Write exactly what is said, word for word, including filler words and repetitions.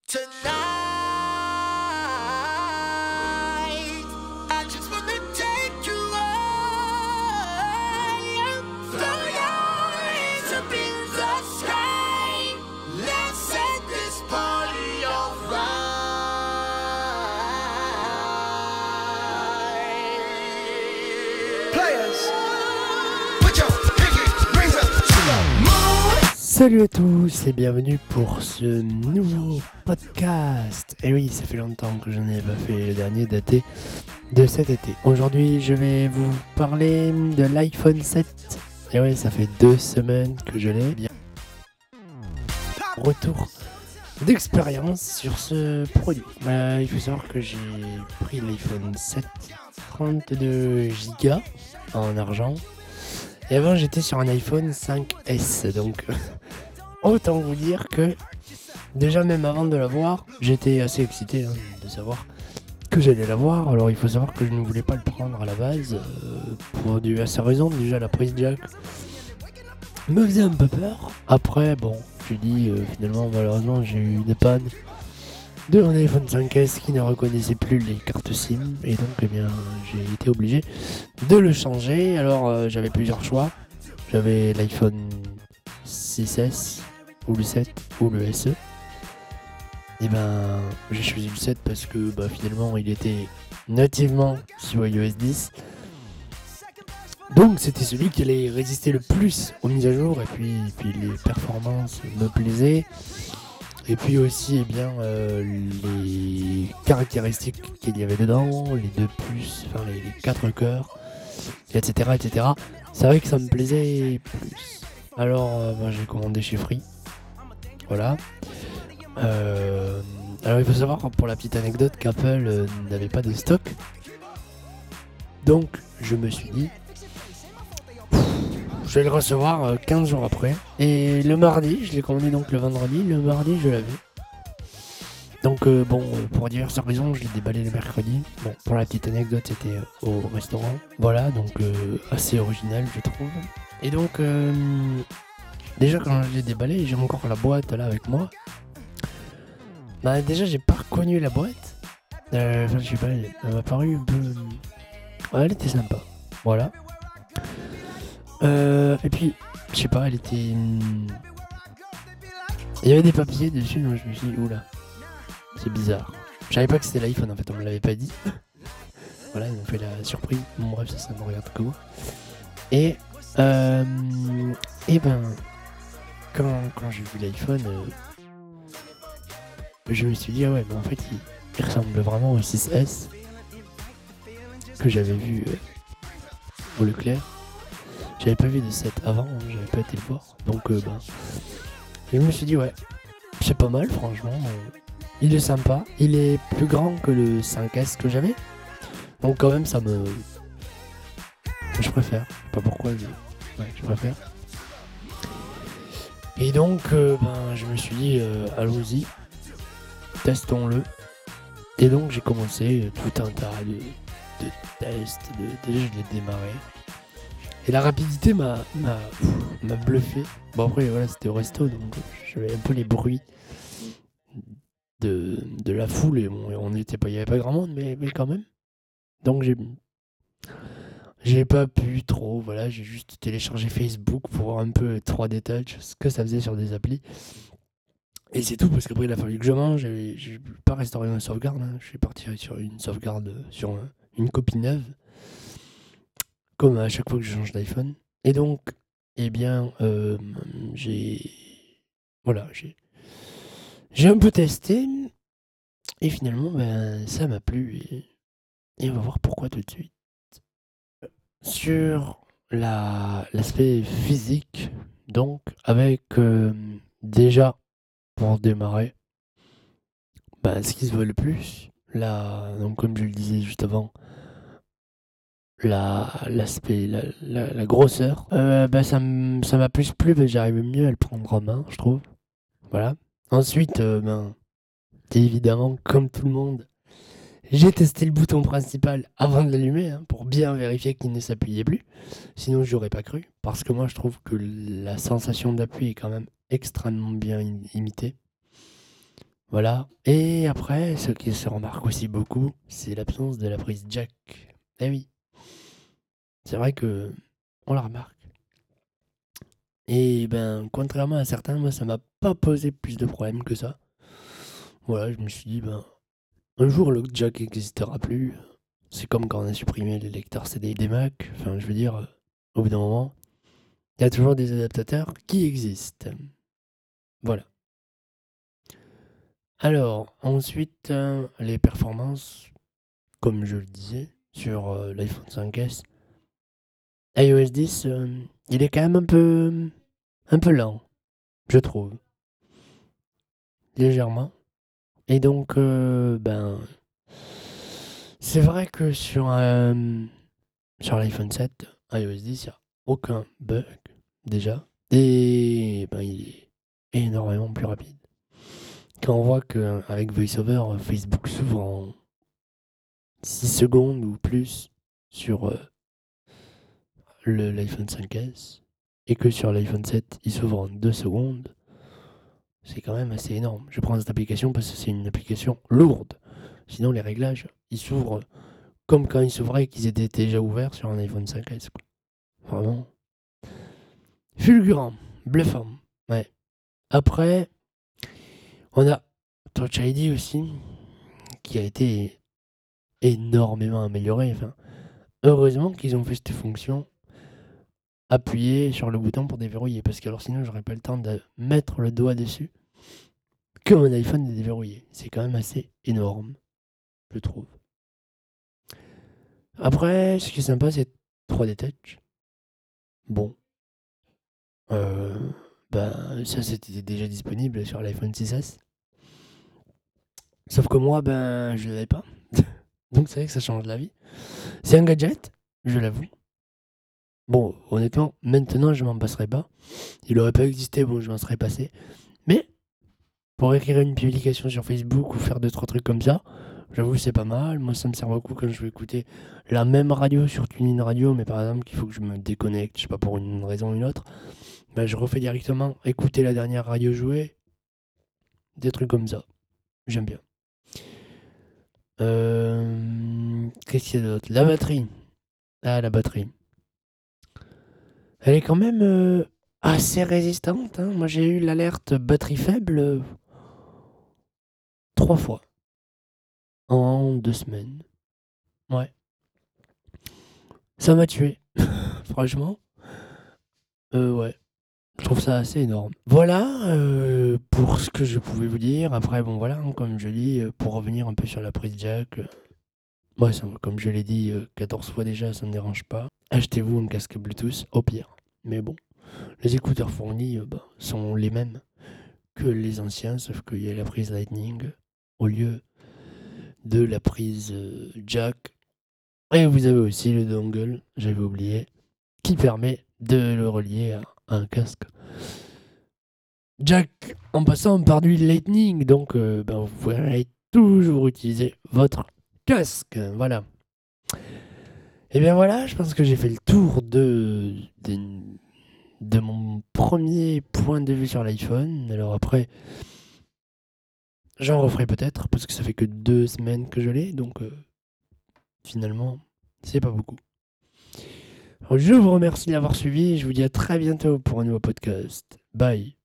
Tonight, I just wanna take you high. Throw your hands up in the sky. Let's set this party on fire. Players, put your pinky rings up to the moon. Salut à tous et bienvenue pour ce nouveau podcast. Et oui, ça fait longtemps que je n'ai pas fait le dernier daté de cet été. Aujourd'hui, je vais vous parler de l'iPhone sept. Et oui, ça fait deux semaines que je l'ai. Bien. Retour d'expérience sur ce produit. Euh, il faut savoir que j'ai pris l'iPhone sept trente-deux giga en argent. Et avant, j'étais sur un iPhone cinq S, donc autant vous dire que déjà même avant de l'avoir, j'étais assez excité hein, de savoir que j'allais l'avoir. Alors il faut savoir que je ne voulais pas le prendre à la base, euh, pour diverses raisons. Déjà la prise jack me faisait un peu peur. Après, bon, j'ai dit euh, finalement malheureusement j'ai eu des pannes de mon iPhone cinq S qui ne reconnaissait plus les cartes SIM et donc eh bien j'ai été obligé de le changer. Alors euh, j'avais plusieurs choix. J'avais l'iPhone six S ou le sept ou le S E. Et ben j'ai choisi le sept parce que bah, finalement il était nativement sur iOS dix. Donc c'était celui qui allait résister le plus aux mises à jour et puis, et puis les performances me plaisaient. Et puis aussi, eh bien, euh, les caractéristiques qu'il y avait dedans, les deux puces, enfin les, les quatre cœurs, et cetera, et cetera. C'est vrai que ça me plaisait plus. Alors, euh, ben, j'ai commandé chez Free. Voilà. Euh, alors, il faut savoir, pour la petite anecdote, qu'Apple euh, n'avait pas de stock. Donc, je me suis dit, je vais le recevoir quinze jours après. Et le mardi, je l'ai commandé donc le vendredi. Le mardi, je l'avais. Donc euh, bon, euh, pour diverses raisons, je l'ai déballé le mercredi. Bon, pour la petite anecdote, c'était euh, au restaurant. Voilà, donc euh, assez original, je trouve. Et donc, euh, déjà quand je l'ai déballé, j'ai encore la boîte là avec moi. Bah déjà, j'ai pas reconnu la boîte. Euh, Enfin, je sais pas, elle, elle m'a paru un peu... Ouais, elle était sympa. Voilà. Euh, et puis, je sais pas, elle était... Il y avait des papiers dessus, donc je me suis dit, oula, c'est bizarre. Je savais pas que c'était l'iPhone en fait, on me l'avait pas dit. Voilà, ils m'ont fait la surprise. Bon bref, ça, ça me regarde que moi. Et, euh, et ben, quand, quand j'ai vu l'iPhone, euh, je me suis dit, ah ouais, mais en fait, il, il ressemble vraiment au six S que j'avais vu euh, au Leclerc. J'avais pas vu de sept avant, hein, j'avais pas été le voir. Donc, euh, bah, je me suis dit, ouais, c'est pas mal, franchement. Euh, il est sympa. Il est plus grand que le cinq S que j'avais. Donc, quand même, ça me. Je préfère. Pas pourquoi, mais. Ouais, je préfère. Et donc, euh, ben, je me suis dit, euh, allons-y. Testons-le. Et donc, j'ai commencé tout un tas de, de tests. De... Déjà, je l'ai démarré. Et la rapidité m'a, m'a, m'a bluffé. Bon après voilà, c'était au resto, donc j'avais un peu les bruits de, de la foule et bon, on n'était pas, il n'y avait pas grand monde, mais, mais quand même. Donc j'ai, j'ai pas pu trop, voilà, j'ai juste téléchargé Facebook pour voir un peu trois D Touch, ce que ça faisait sur des applis. Et c'est tout, parce qu'après il a fallu que je mange, et j'ai pas restauré ma sauvegarde, hein. Je suis parti sur une sauvegarde sur un, une copie neuve. Comme à chaque fois que je change d'iPhone. Et donc, eh bien, euh, j'ai... Voilà, j'ai... J'ai un peu testé. Et finalement, ben, ça m'a plu. Et, et on va voir pourquoi tout de suite. Sur la, l'aspect physique, donc, avec euh, déjà, pour démarrer, ben, ce qui se voit le plus, là, donc comme je le disais juste avant, la l'aspect la, la, la grosseur euh, bah ça m- ça m'a plus plu parce que j'arrivais mieux à le prendre en main je trouve. Voilà, ensuite euh, ben évidemment comme tout le monde j'ai testé le bouton principal avant de l'allumer hein, pour bien vérifier qu'il ne s'appuyait plus, sinon j'aurais pas cru parce que moi je trouve que la sensation d'appui est quand même extrêmement bien im- imitée. Voilà. Et après, ce qui se remarque aussi beaucoup, c'est l'absence de la prise jack. Eh oui, c'est vrai que on la remarque. Et ben, contrairement à certains, moi, ça m'a pas posé plus de problèmes que ça. Voilà, je me suis dit, ben, un jour, le jack n'existera plus. C'est comme quand on a supprimé les lecteurs C D des Mac. Enfin, je veux dire, euh, au bout d'un moment, il y a toujours des adaptateurs qui existent. Voilà. Alors, ensuite, euh, les performances, comme je le disais, sur euh, l'iPhone cinq S, iOS dix, euh, il est quand même un peu, un peu lent, je trouve, légèrement. Et donc, euh, ben, c'est vrai que sur, euh, sur l'iPhone sept, iOS dix, il n'y a aucun bug, déjà. Et ben, il est énormément plus rapide. Quand on voit qu'avec VoiceOver, Facebook s'ouvre en six secondes ou plus sur euh, le, l'iPhone cinq S, et que sur l'iPhone sept, il s'ouvre en deux secondes, c'est quand même assez énorme. Je prends cette application parce que c'est une application lourde. Sinon, les réglages, ils s'ouvrent comme quand ils s'ouvraient et qu'ils étaient déjà ouverts sur un iPhone cinq S. Quoi. Vraiment. Fulgurant, bluffant. Ouais. Après, on a Touch I D aussi, qui a été énormément amélioré. Enfin, heureusement qu'ils ont fait cette fonction appuyer sur le bouton pour déverrouiller, parce que alors sinon j'aurais pas le temps de mettre le doigt dessus que mon iPhone est déverrouillé. C'est quand même assez énorme, je trouve. Après, ce qui est sympa, c'est trois D Touch. Bon. Euh, ben, ça c'était déjà disponible sur l'iPhone six S. Sauf que moi, ben, je l'avais pas. Donc c'est vrai que ça change la vie. C'est un gadget, je l'avoue. Bon, honnêtement, maintenant je m'en passerai pas. Il aurait pas existé, bon, je m'en serais passé. Mais pour écrire une publication sur Facebook ou faire deux trois trucs comme ça, j'avoue c'est pas mal. Moi ça me sert beaucoup quand je veux écouter la même radio sur TuneIn Radio, mais par exemple qu'il faut que je me déconnecte, je sais pas, pour une raison ou une autre, ben, je refais directement écouter la dernière radio jouée, des trucs comme ça. J'aime bien. Euh... Qu'est-ce qu'il y a d'autre? La batterie. Ah, la batterie. Elle est quand même euh, assez résistante. Hein. Moi j'ai eu l'alerte batterie faible euh, trois fois en deux semaines. Ouais. Ça m'a tué. Franchement. Euh, ouais. Je trouve ça assez énorme. Voilà euh, pour ce que je pouvais vous dire. Après, bon, voilà, hein, comme je dis, euh, pour revenir un peu sur la prise jack, euh, moi, ça, comme je l'ai dit euh, quatorze fois déjà, ça ne me dérange pas. Achetez-vous un casque Bluetooth, au pire. Mais bon, les écouteurs fournis euh, bah, sont les mêmes que les anciens, sauf qu'il y a la prise Lightning au lieu de la prise euh, jack. Et vous avez aussi le dongle, j'avais oublié, qui permet de le relier à un casque jack en passant par du Lightning. Donc, euh, ben, vous pouvez toujours utiliser votre casque. Voilà. Et bien voilà, je pense que j'ai fait le tour de, de, de mon premier point de vue sur l'iPhone. Alors après, j'en referai peut-être, parce que ça fait que deux semaines que je l'ai. Donc, euh, finalement, c'est pas beaucoup. Alors, je vous remercie d'avoir suivi. Je vous dis à très bientôt pour un nouveau podcast. Bye.